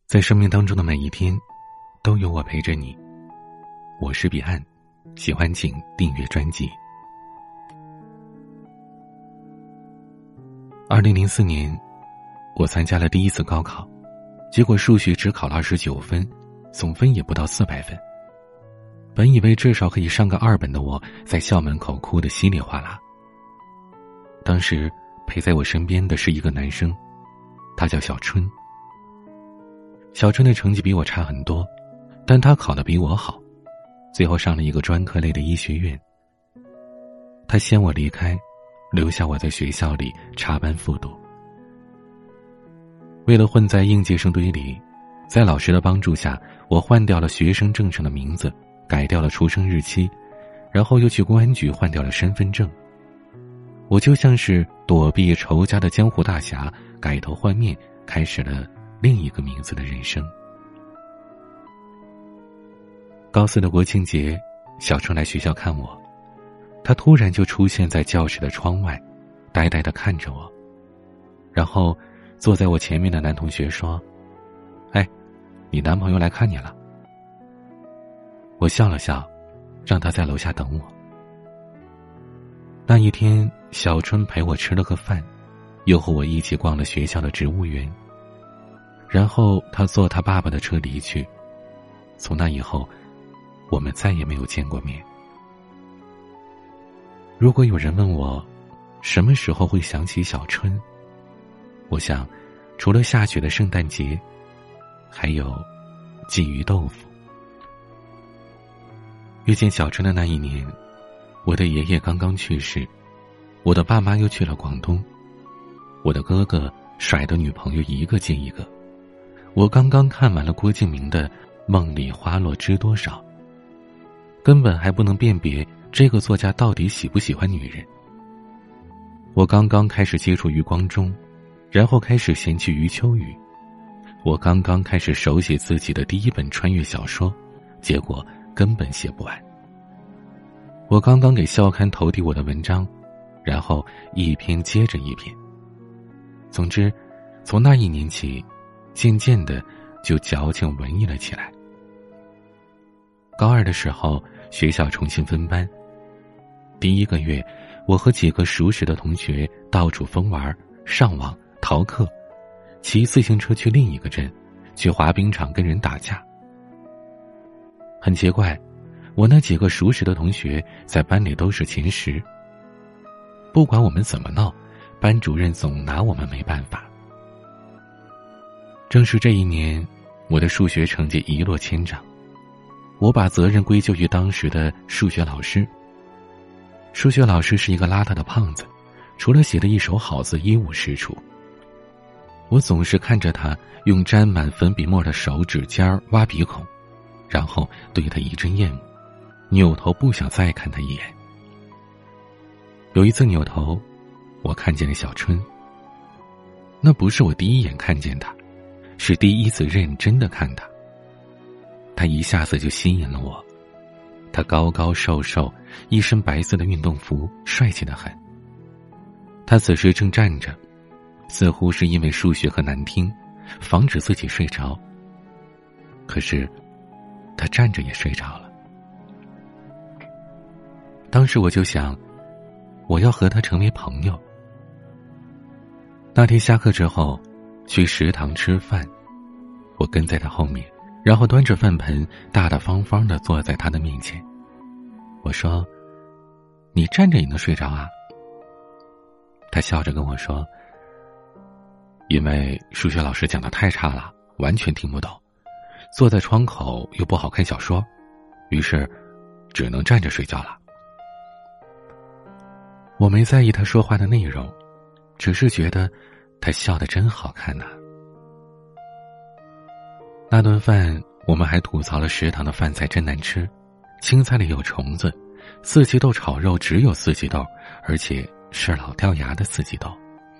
在生命当中的每一天，都有我陪着你。我是彼岸，喜欢请订阅专辑。2004年，我参加了第一次高考，结果数学只考了29分，总分也不到400分。本以为至少可以上个2本的我，在校门口哭得稀里哗啦。当时陪在我身边的是一个男生，他叫小春。小春的成绩比我差很多，但他考得比我好，最后上了一个专科类的医学院。他先我离开，留下我在学校里插班复读。为了混在应届生堆里，在老师的帮助下，我换掉了学生证上的名字，改掉了出生日期，然后又去公安局换掉了身份证。我就像是躲避仇家的江湖大侠，改头换面，开始了另一个名字的人生。高4的国庆节，小春来学校看我，他突然就出现在教室的窗外，呆呆地看着我，然后坐在我前面的男同学说：“哎，你男朋友来看你了。”我笑了笑，让他在楼下等我。那一天，小春陪我吃了个饭，又和我一起逛了学校的植物园。然后他坐他爸爸的车离去，从那以后，我们再也没有见过面。如果有人问我，什么时候会想起小春，我想，除了下雪的圣诞节，还有鲫鱼豆腐。遇见小春的那一年，我的爷爷刚刚去世，我的爸妈又去了广东，我的哥哥甩的女朋友一个接一个。我刚刚看完了郭敬明的《梦里花落知多少》，根本还不能辨别这个作家到底喜不喜欢女人。我刚刚开始接触余光中，然后开始嫌弃余秋雨。我刚刚开始手写自己的第一本穿越小说，结果根本写不完。我刚刚给校刊投递我的文章，然后一篇接着一篇。总之，从那一年起，渐渐的就矫情文艺了起来。高2的时候，学校重新分班。第1个月，我和几个熟识的同学到处疯玩，上网、逃课，骑自行车去另一个镇，去滑冰场跟人打架。很奇怪，我那几个熟识的同学在班里都是前10。不管我们怎么闹，班主任总拿我们没办法。正是这一年，我的数学成绩一落千丈。我把责任归咎于当时的数学老师。数学老师是一个邋遢的胖子，除了写的一手好字一无是处。我总是看着他用沾满粉笔墨的手指尖挖鼻孔，然后对他一阵厌恶，扭头不想再看他一眼。有一次扭头，我看见了小春。那不是我第一眼看见他，是第一次认真的看他。他一下子就吸引了我。他高高瘦瘦，一身白色的运动服，帅气得很。他此时正站着，似乎是因为数学课难听，防止自己睡着。可是他站着也睡着了。当时我就想，我要和他成为朋友。那天下课之后，去食堂吃饭，我跟在他后面，然后端着饭盆大大方方地坐在他的面前。我说：“你站着也能睡着啊？”他笑着跟我说：“因为数学老师讲得太差了，完全听不懂，坐在窗口又不好看小说，于是只能站着睡觉了。”我没在意他说话的内容，只是觉得他笑得真好看呐。那顿饭我们还吐槽了食堂的饭菜真难吃，青菜里有虫子，四季豆炒肉只有四季豆，而且是老掉牙的四季豆。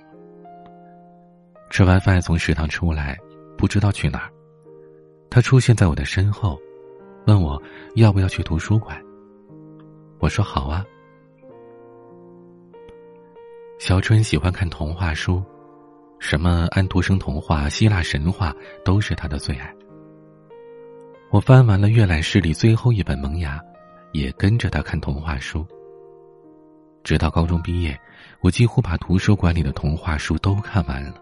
吃完饭从食堂出来，不知道去哪儿，他出现在我的身后，问我要不要去图书馆。我说好啊。小春喜欢看童话书， 什么安徒生童话、希腊神话都是他的最爱。我翻完了阅览室里最后一本《萌芽》，也跟着他看童话书。直到高中毕业，我几乎把图书馆里的童话书都看完了。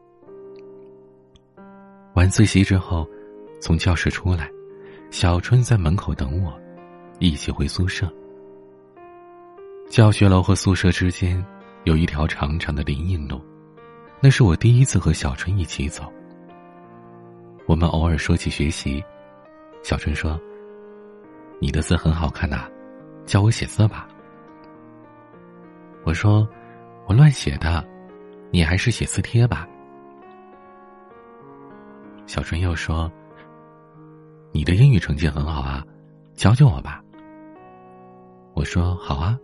晚自习之后，从教室出来，小春在门口等我，一起回宿舍。教学楼和宿舍之间有一条长长的林荫路，那是我第一次和小春一起走。我们偶尔说起学习，小春说：“你的字很好看呐，教我写字吧。”我说：“我乱写的，你还是写字帖吧。”小春又说：“你的英语成绩很好啊，教教我吧。”我说：“好啊。”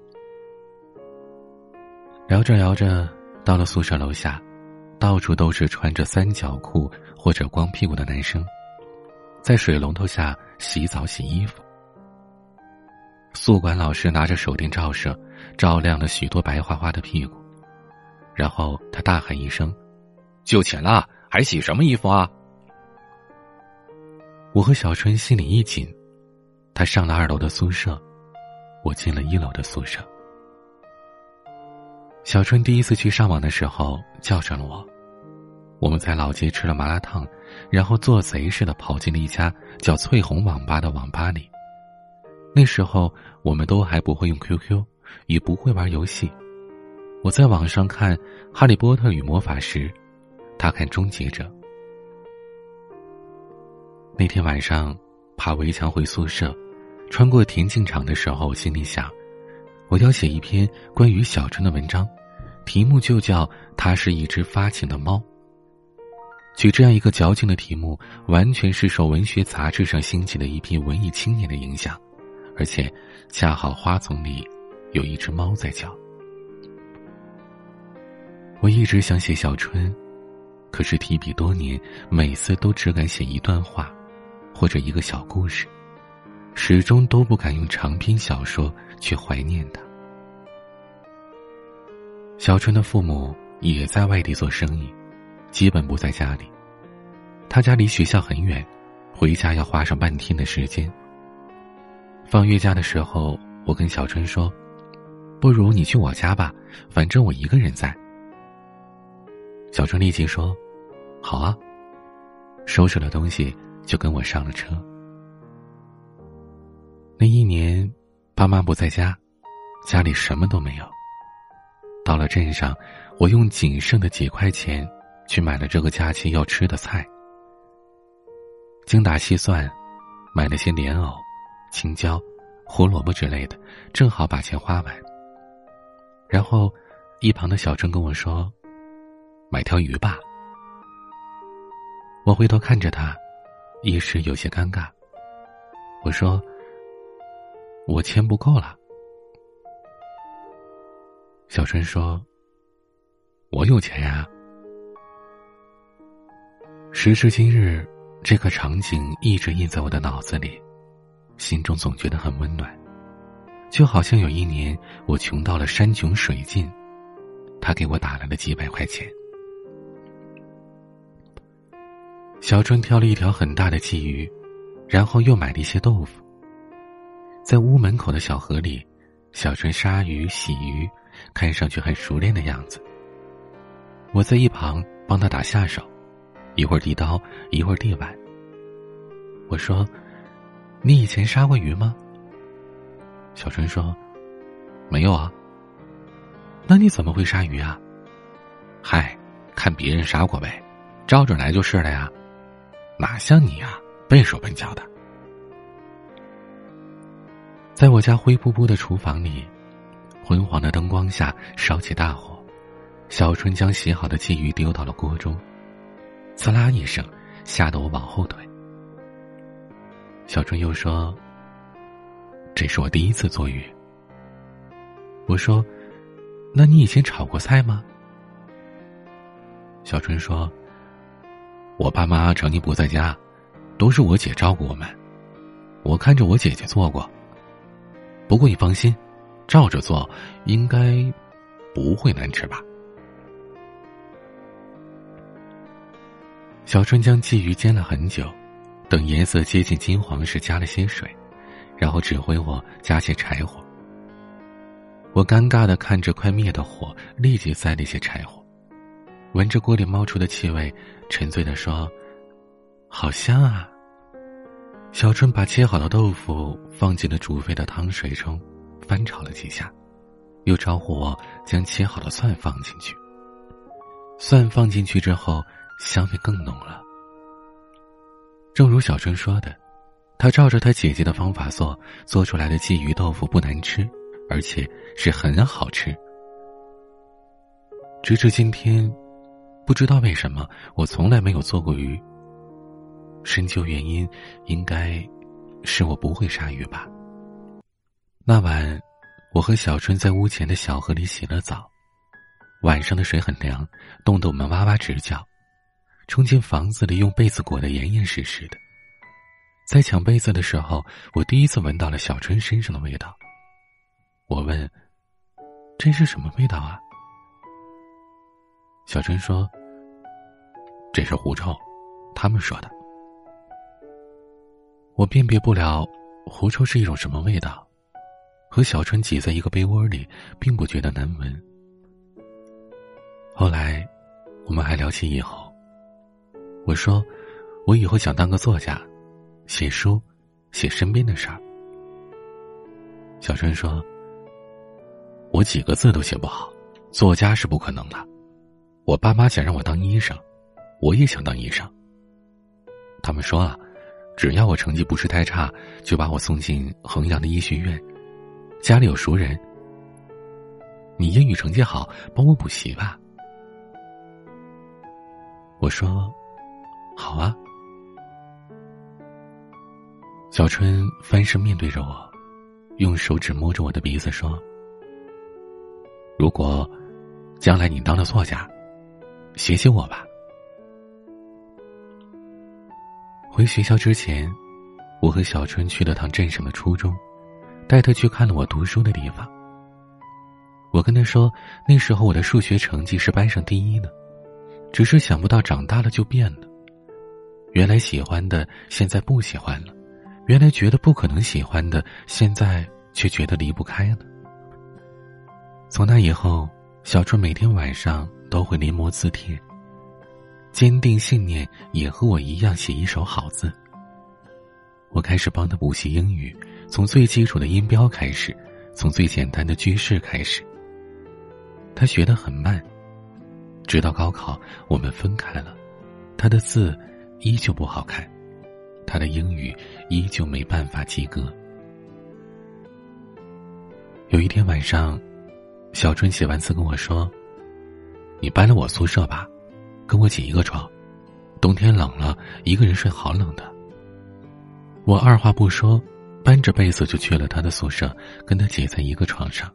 聊着聊着，到了宿舍楼下，到处都是穿着三角裤或者光屁股的男生，在水龙头下洗澡洗衣服。宿管老师拿着手电照射，照亮了许多白花花的屁股，然后他大喊一声：“就寝了，还洗什么衣服啊？”我和小春心里一紧，他上了2楼的宿舍，我进了1楼的宿舍。小春第一次去上网的时候叫上了我，我们在老街吃了麻辣烫，然后做贼似的跑进了一家叫翠红网吧的网吧里。那时候我们都还不会用 QQ， 也不会玩游戏。我在网上看《哈利波特与魔法石》，他看《终结者》。那天晚上爬围墙回宿舍，穿过田径场的时候，心里想，我要写一篇关于小春的文章，题目就叫《它是一只发情的猫》。取这样一个矫情的题目，完全是受文学杂志上兴起的一批文艺青年的影响，而且恰好花丛里有一只猫在叫。我一直想写小春，可是提笔多年，每次都只敢写一段话或者一个小故事，始终都不敢用长篇小说去怀念他。小春的父母也在外地做生意，基本不在家里。他家离学校很远，回家要花上半天的时间。放月假的时候，我跟小春说，不如你去我家吧，反正我一个人在。小春立即说，好啊，收拾了东西就跟我上了车。那一年爸妈不在家，家里什么都没有。到了镇上，我用仅剩的几块钱去买了这个假期要吃的菜，精打细算买了些莲藕、青椒、胡萝卜之类的，正好把钱花完。然后一旁的小春跟我说，买条鱼吧。我回头看着他，一时有些尴尬。我说，我钱不够了。小春说，我有钱呀。时至今日，这个场景一直印在我的脑子里，心中总觉得很温暖，就好像有一年我穷到了山穷水尽，他给我打来了几百块钱。小春挑了一条很大的鲫鱼，然后又买了一些豆腐。在屋门口的小河里，小春杀鱼洗鱼，看上去很熟练的样子。我在一旁帮他打下手，一会儿递刀，一会儿递碗。我说，你以前杀过鱼吗？小春说，没有啊。那你怎么会杀鱼啊？嗨，看别人杀过呗，照着来就是了呀。哪像你啊，笨手笨脚的。在我家灰扑扑的厨房里，昏黄的灯光下烧起大火，小春将洗好的鲫鱼丢到了锅中，刺啦一声，吓得我往后退。小春又说，这是我第一次做鱼。我说，那你以前炒过菜吗？小春说，我爸妈常年不在家，都是我姐照顾我们，我看着我姐姐做过。不过你放心，照着做应该不会难吃吧。 小春将鲫鱼煎了很久，等颜色接近金黄时加了些水，然后指挥我加些柴火。我尴尬地看着快灭的火，立即塞了一些柴火，闻着锅里冒出的气味，沉醉地说：“好香啊！”小春把切好的豆腐放进了煮沸的汤水中，翻炒了几下，又招呼我将切好的蒜放进去。蒜放进去之后，香味更浓了。正如小春说的，他照着他姐姐的方法做出来的鲫鱼豆腐不难吃，而且是很好吃。直至今天，不知道为什么我从来没有做过鱼。深究原因，应该是我不会杀鱼吧。那晚，我和小春在屋前的小河里洗了澡。晚上的水很凉，冻得我们哇哇直叫。冲进房子里，用被子裹得严严实实的。在抢被子的时候，我第一次闻到了小春身上的味道。我问：“这是什么味道啊？”小春说：“这是狐臭，他们说的。”我辨别不了狐臭是一种什么味道，和小春挤在一个被窝里，并不觉得难闻。后来，我们还聊起以后。我说，我以后想当个作家，写书，写身边的事儿。小春说，我几个字都写不好，作家是不可能的。我爸妈想让我当医生，我也想当医生。他们说啊，只要我成绩不是太差，就把我送进衡阳的医学院。家里有熟人，你英语成绩好，帮我补习吧。我说，好啊。小春翻身面对着我，用手指摸着我的鼻子说，如果将来你当了作家，写写我吧。回学校之前，我和小春去了趟镇上的初中，带他去看了我读书的地方。我跟他说，那时候我的数学成绩是班上第一呢，只是想不到长大了就变了。原来喜欢的，现在不喜欢了；原来觉得不可能喜欢的，现在却觉得离不开了。从那以后，小春每天晚上都会临摹字帖，坚定信念也和我一样写一手好字。我开始帮他补习英语，从最基础的音标开始，从最简单的句式开始。他学得很慢，直到高考我们分开了，他的字依旧不好看，他的英语依旧没办法及格。有一天晚上，小春写完字跟我说，你搬了我宿舍吧，跟我挤一个床，冬天冷了，一个人睡好冷的。我二话不说，搬着被子就去了他的宿舍，跟他挤在一个床上。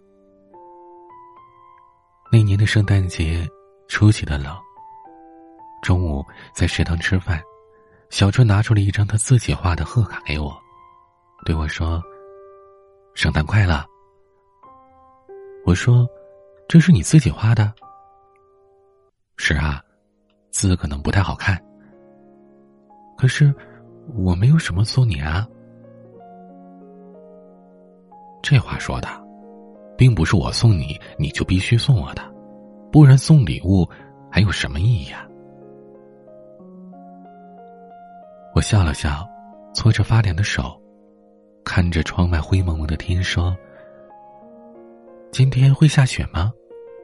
那年的圣诞节出奇的冷，中午在食堂吃饭，小春拿出了一张他自己画的贺卡给我，对我说，圣诞快乐。我说，这是你自己画的？是啊，字可能不太好看，可是我没有什么送你啊。这话说的，并不是我送你，你就必须送我的，不然送礼物还有什么意义啊？我笑了笑，搓着发凉的手，看着窗外灰蒙蒙的天说，今天会下雪吗？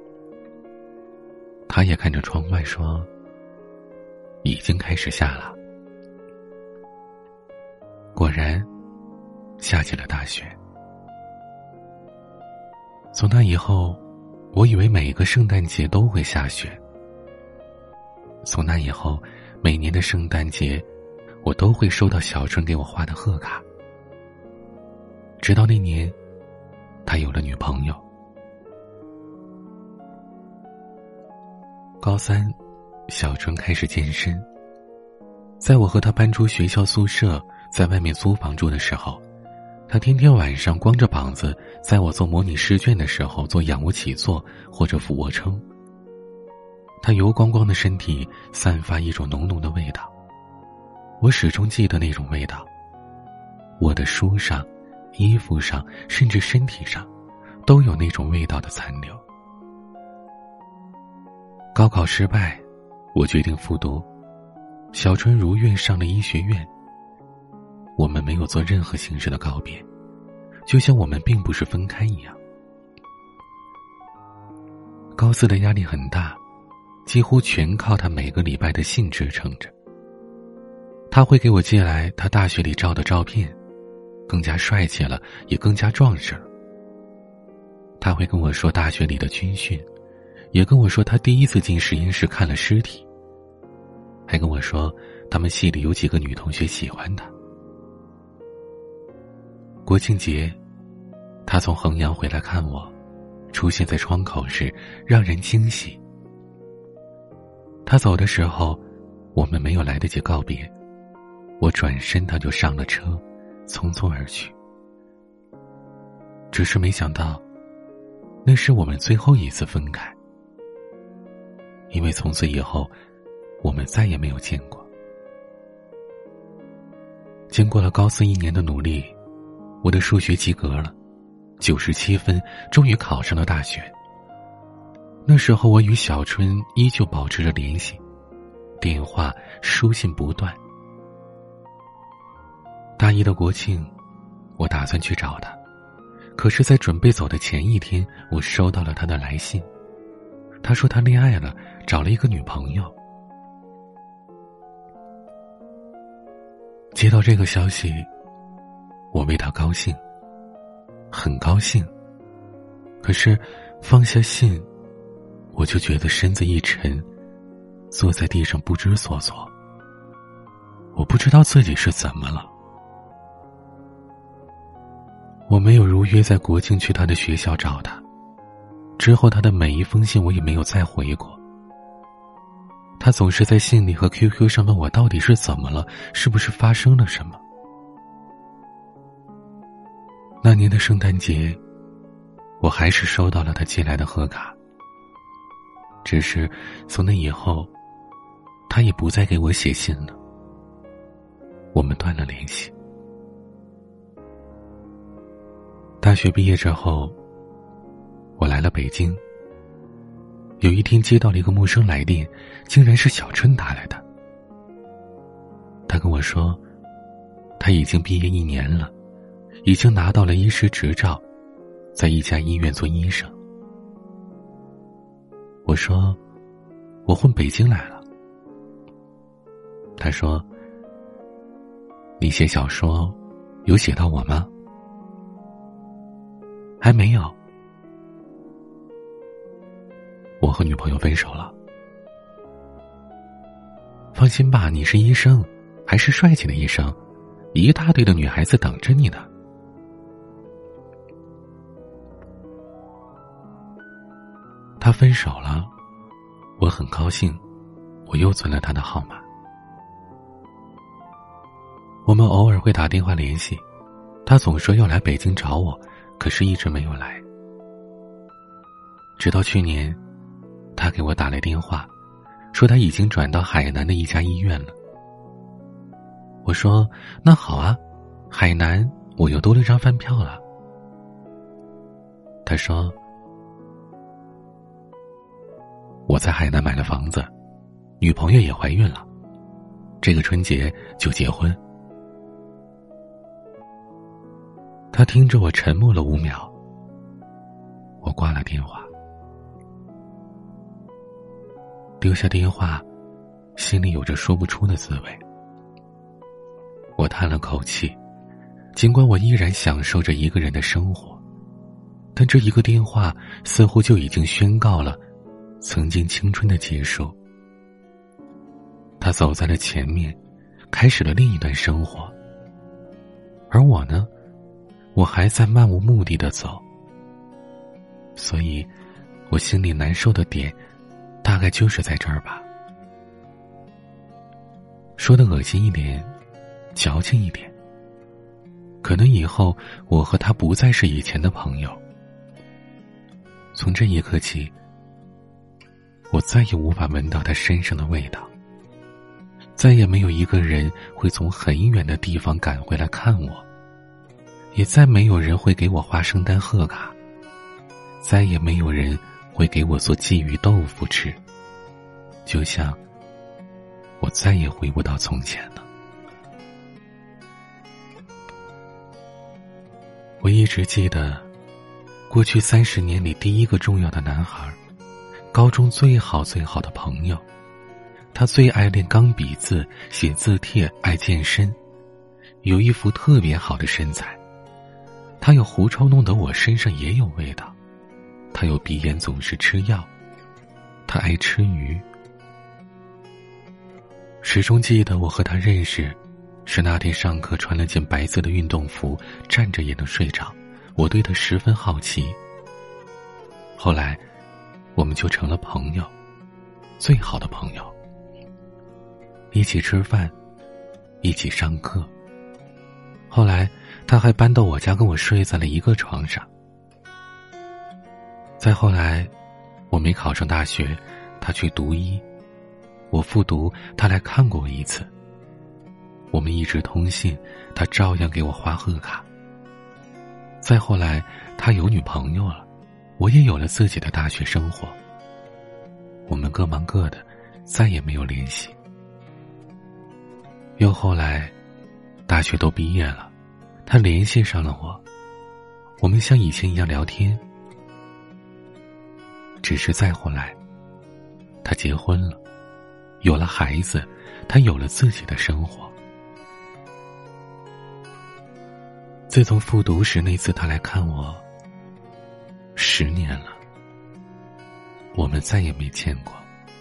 他也看着窗外说，已经开始下了。果然下起了大雪。从那以后，我以为每个圣诞节都会下雪。从那以后，每年的圣诞节我都会收到小春给我画的贺卡。直到那年他有了女朋友。高三，小春开始健身。在我和他搬出学校宿舍，在外面租房住的时候，他天天晚上光着膀子，在我做模拟试卷的时候做仰卧起坐或者俯卧撑。 他油光光的身体散发一种浓浓的味道，我始终记得那种味道。我的书上、衣服上，甚至身体上，都有那种味道的残留。高考失败，我决定复读。小春如愿上了医学院。我们没有做任何形式的告别，就像我们并不是分开一样。高四的压力很大，几乎全靠他每个礼拜的信支撑着。他会给我寄来他大学里照的照片，更加帅气了，也更加壮实了。他会跟我说大学里的军训，也跟我说他第一次进实验室看了尸体，还跟我说他们系里有几个女同学喜欢他。国庆节，他从衡阳回来看我，出现在窗口时让人惊喜。他走的时候，我们没有来得及告别，我转身他就上了车，匆匆而去。只是没想到，那是我们最后一次分开，因为从此以后我们再也没有见过。经过了高四1年的努力，我的数学及格了，97分，终于考上了大学。那时候我与小春依旧保持着联系，电话、书信不断。大一的国庆，我打算去找他，可是在准备走的前一天，我收到了他的来信。他说他恋爱了，找了一个女朋友。接到这个消息，我为他高兴，很高兴。可是放下信，我就觉得身子一沉，坐在地上不知所措。我不知道自己是怎么了。我没有如约在国庆去他的学校找他，之后他的每一封信我也没有再回过。他总是在信里和 QQ 上问我到底是怎么了，是不是发生了什么。那年的圣诞节，我还是收到了他寄来的贺卡，只是从那以后，他也不再给我写信了，我们断了联系。大学毕业之后，我来了北京。有一天接到了一个陌生来电，竟然是小春打来的。他跟我说，他已经毕业1年了，已经拿到了医师执照，在一家医院做医生。我说，我混北京来了。他说，你写小说有写到我吗？还没有。我和女朋友分手了。放心吧，你是医生，还是帅气的医生，一大堆的女孩子等着你呢。他分手了，我很高兴，我又存了他的号码。我们偶尔会打电话联系，他总说要来北京找我，可是一直没有来。直到去年，他给我打来电话，说他已经转到海南的一家医院了。我说，那好啊，海南我又多了张饭票了。他说，我在海南买了房子，女朋友也怀孕了，这个春节就结婚。他听着我沉默了5秒，我挂了电话。丢下电话，心里有着说不出的滋味。我叹了口气，尽管我依然享受着一个人的生活，但这一个电话似乎就已经宣告了曾经青春的结束。他走在了前面，开始了另一段生活，而我呢，我还在漫无目的的走。所以我心里难受的点大概就是在这儿吧。说的恶心一点，矫情一点，可能以后我和他不再是以前的朋友。从这一刻起， 我再也无法闻到他身上的味道，再也没有一个人会从很远的地方赶回来看我，也再没有人会给我画圣诞贺卡，再也没有人会给我做鲫鱼豆腐吃，就像我再也回不到从前了。我一直记得过去30年里第一个重要的男孩，高中最好的朋友，他最爱练钢笔字，写字帖，爱健身，有一副特别好的身材。他有狐臭弄得我身上也有味道，他有鼻炎总是吃药，他爱吃鱼。始终记得我和他认识是那天上课穿了件白色的运动服，站着也能睡着，我对他十分好奇。后来我们就成了朋友，最好的朋友，一起吃饭，一起上课。后来他还搬到我家跟我睡在了一个床上。再后来我没考上大学，他去读医，我复读，他来看过我一次。我们一直通信，他照样给我画贺卡。再后来他有女朋友了，我也有了自己的大学生活，我们各忙各的，再也没有联系。又后来大学都毕业了，他联系上了我，我们像以前一样聊天。只是再后来他结婚了，有了孩子，他有了自己的生活。自从复读时那次他来看我，10年了，我们再也没见过。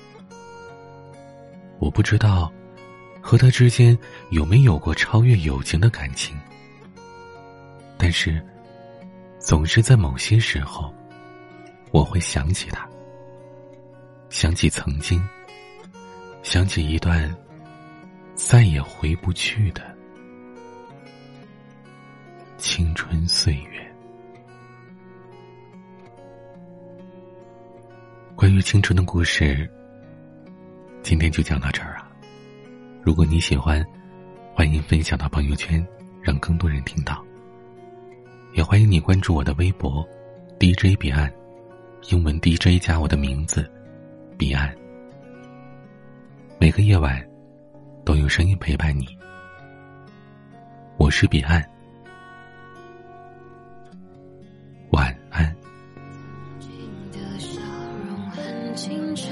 我不知道和他之间有没有过超越友情的感情，但是总是在某些时候我会想起他，想起曾经，想起一段再也回不去的青春岁月。关于青春的故事，今天就讲到这儿啊。如果你喜欢，欢迎分享到朋友圈，让更多人听到。也欢迎你关注我的微博 DJ 彼岸，英文 DJ 加我的名字彼岸。每个夜晚都有声音陪伴你，我是彼岸，晚安。 清澈，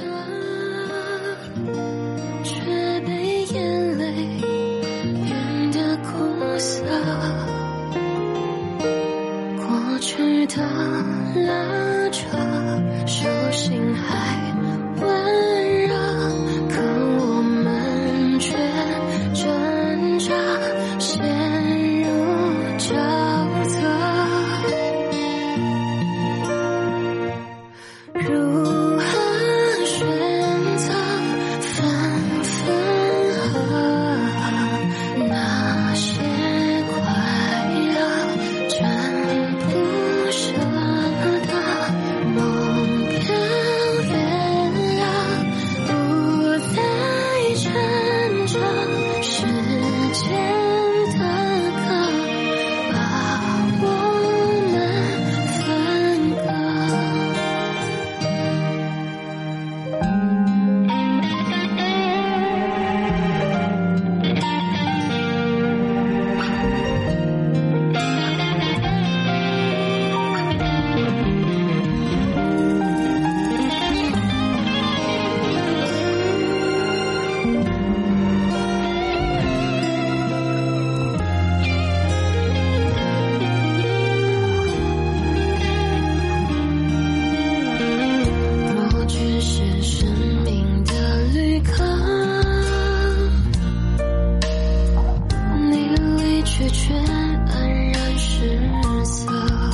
却被眼泪淹得苦涩。过去的拉扯，手心还温热，可我们却挣扎，陷入沼泽。如何选择分合？那些快乐真不舍得，梦飘远了，不再撑着时间的歌，把我们分割。若只是生命的旅客，你离去却黯然失色。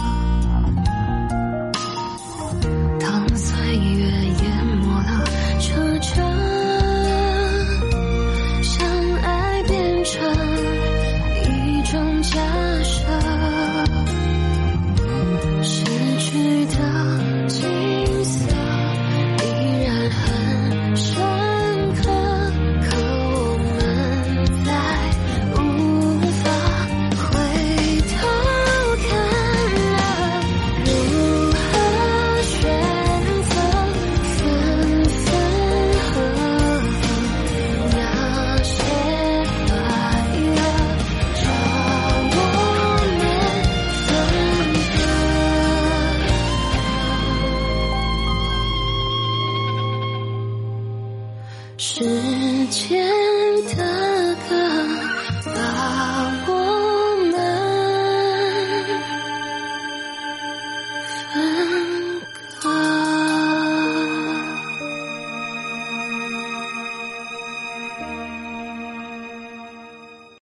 当岁月淹没了车辙，相爱变成一种假设，失去的景色依然很时间的